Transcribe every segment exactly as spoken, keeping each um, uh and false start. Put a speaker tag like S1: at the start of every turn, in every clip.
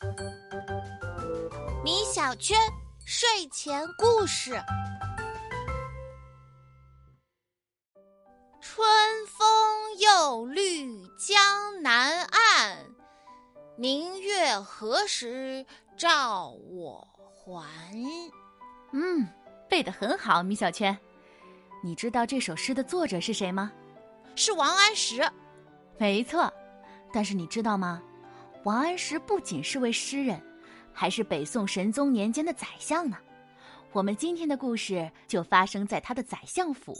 S1: 米小圈睡前故事。春风又绿江南岸，明月何时照我还。
S2: 嗯，背得很好，米小圈。你知道这首诗的作者是谁吗？
S1: 是王安石。
S2: 没错，但是你知道吗？王安石不仅是位诗人，还是北宋神宗年间的宰相呢。我们今天的故事就发生在他的宰相府。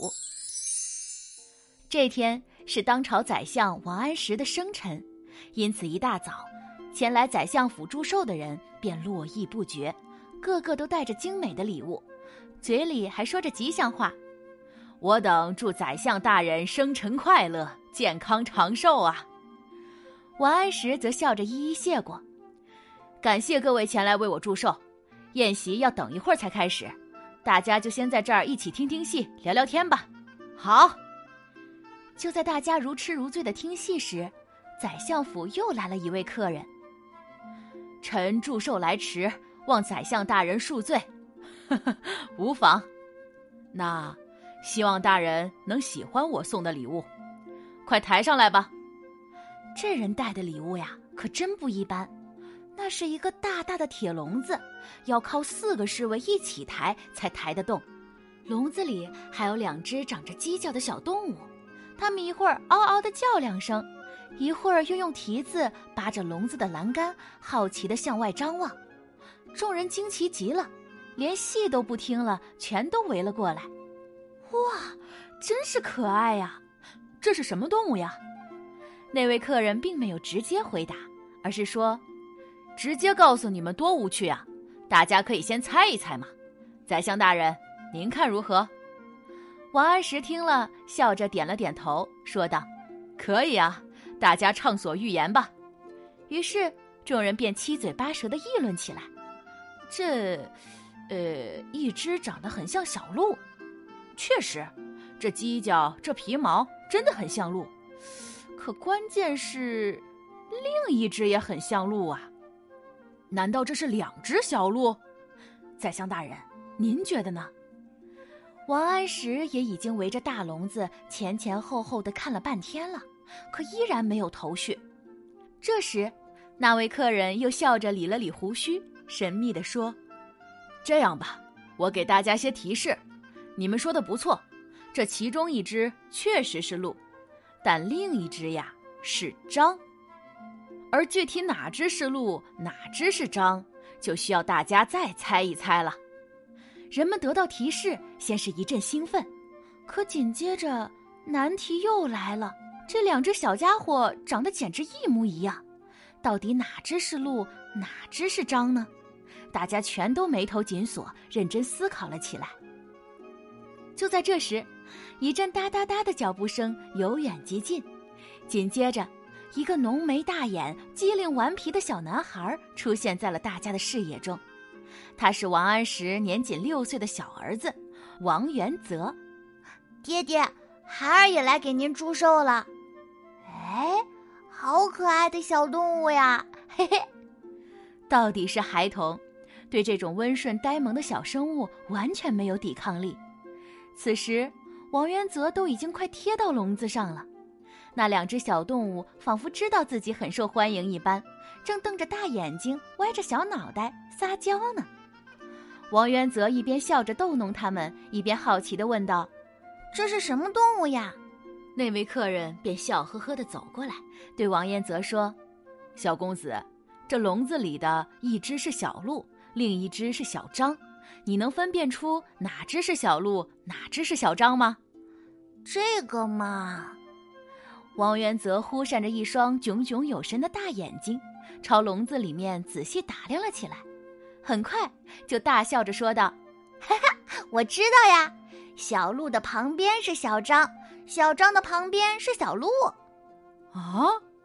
S2: 这天是当朝宰相王安石的生辰，因此一大早，前来宰相府祝寿的人便络绎不绝，个个都带着精美的礼物，嘴里还说着吉祥话。我等祝宰相大人生辰快乐，健康长寿啊！王安石则笑着一一谢过，感谢各位前来为我祝寿，宴席要等一会儿才开始，大家就先在这儿一起听听戏，聊聊天吧。好。就在大家如痴如醉的听戏时，宰相府又来了一位客人。臣祝寿来迟，望宰相大人恕罪。呵呵，无妨。那希望大人能喜欢我送的礼物，快抬上来吧。这人带的礼物呀，可真不一般。那是一个大大的铁笼子，要靠四个侍卫一起抬才抬得动。笼子里还有两只长着犄角的小动物，它们一会儿嗷嗷地叫两声，一会儿又用蹄子扒着笼子的栏杆，好奇地向外张望。众人惊奇极了，连戏都不听了，全都围了过来。哇，真是可爱呀！这是什么动物呀？那位客人并没有直接回答，而是说，直接告诉你们多无趣啊，大家可以先猜一猜嘛。宰相大人，您看如何？王安石听了，笑着点了点头，说道，可以啊，大家畅所欲言吧。于是众人便七嘴八舌地议论起来。这呃，一只长得很像小鹿。确实，这犄角这皮毛真的很像鹿，可关键是另一只也很像鹿啊。难道这是两只小鹿？宰相大人，您觉得呢？王安石也已经围着大笼子前前后后地看了半天了，可依然没有头绪。这时那位客人又笑着理了理胡须，神秘地说，这样吧，我给大家些提示，你们说的不错，这其中一只确实是鹿，但另一只呀是獐，而具体哪只是鹿，哪只是獐，就需要大家再猜一猜了。人们得到提示，先是一阵兴奋，可紧接着难题又来了。这两只小家伙长得简直一模一样，到底哪只是鹿，哪只是獐呢？大家全都眉头紧锁，认真思考了起来。就在这时，一阵哒哒哒的脚步声由远及近，紧接着一个浓眉大眼、机灵顽皮的小男孩出现在了大家的视野中。他是王安石年仅六岁的小儿子王元泽。
S3: 爹爹，孩儿也来给您祝寿了。哎，好可爱的小动物呀，嘿嘿。
S2: 到底是孩童，对这种温顺呆萌的小生物完全没有抵抗力。此时王元泽都已经快贴到笼子上了，那两只小动物仿佛知道自己很受欢迎一般，正瞪着大眼睛，歪着小脑袋撒娇呢。王元泽一边笑着逗弄他们，一边好奇地问道，
S3: 这是什么动物呀？
S2: 那位客人便笑呵呵地走过来，对王元泽说，小公子，这笼子里的一只是小鹿，另一只是小獐，你能分辨出哪只是小鹿，哪只是小獐吗？
S3: 这个嘛……
S2: 王元泽忽闪着一双炯炯有神的大眼睛，朝笼子里面仔细打量了起来，很快就大笑着说道，
S3: 哈哈，我知道呀，小鹿的旁边是小獐，小獐的旁边是小鹿。
S2: 啊！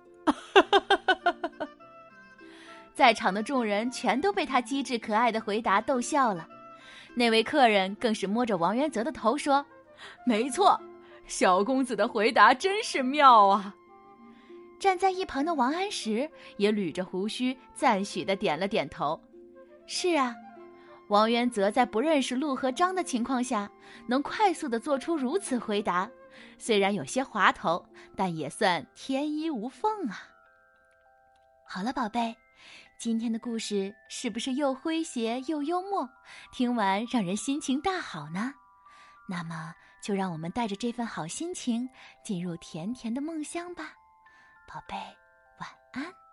S2: 在场的众人全都被他机智可爱的回答逗笑了。那位客人更是摸着王元泽的头说，没错，小公子的回答真是妙啊。 站在一旁的王安石也捋着胡须，赞许地点了点头。是啊，王渊泽在不认识陆和张的情况下，能快速地做出如此回答，虽然有些滑头，但也算天衣无缝啊。好了，宝贝，今天的故事是不是又诙谐又幽默？听完让人心情大好呢？那么就让我们带着这份好心情进入甜甜的梦乡吧。宝贝，晚安。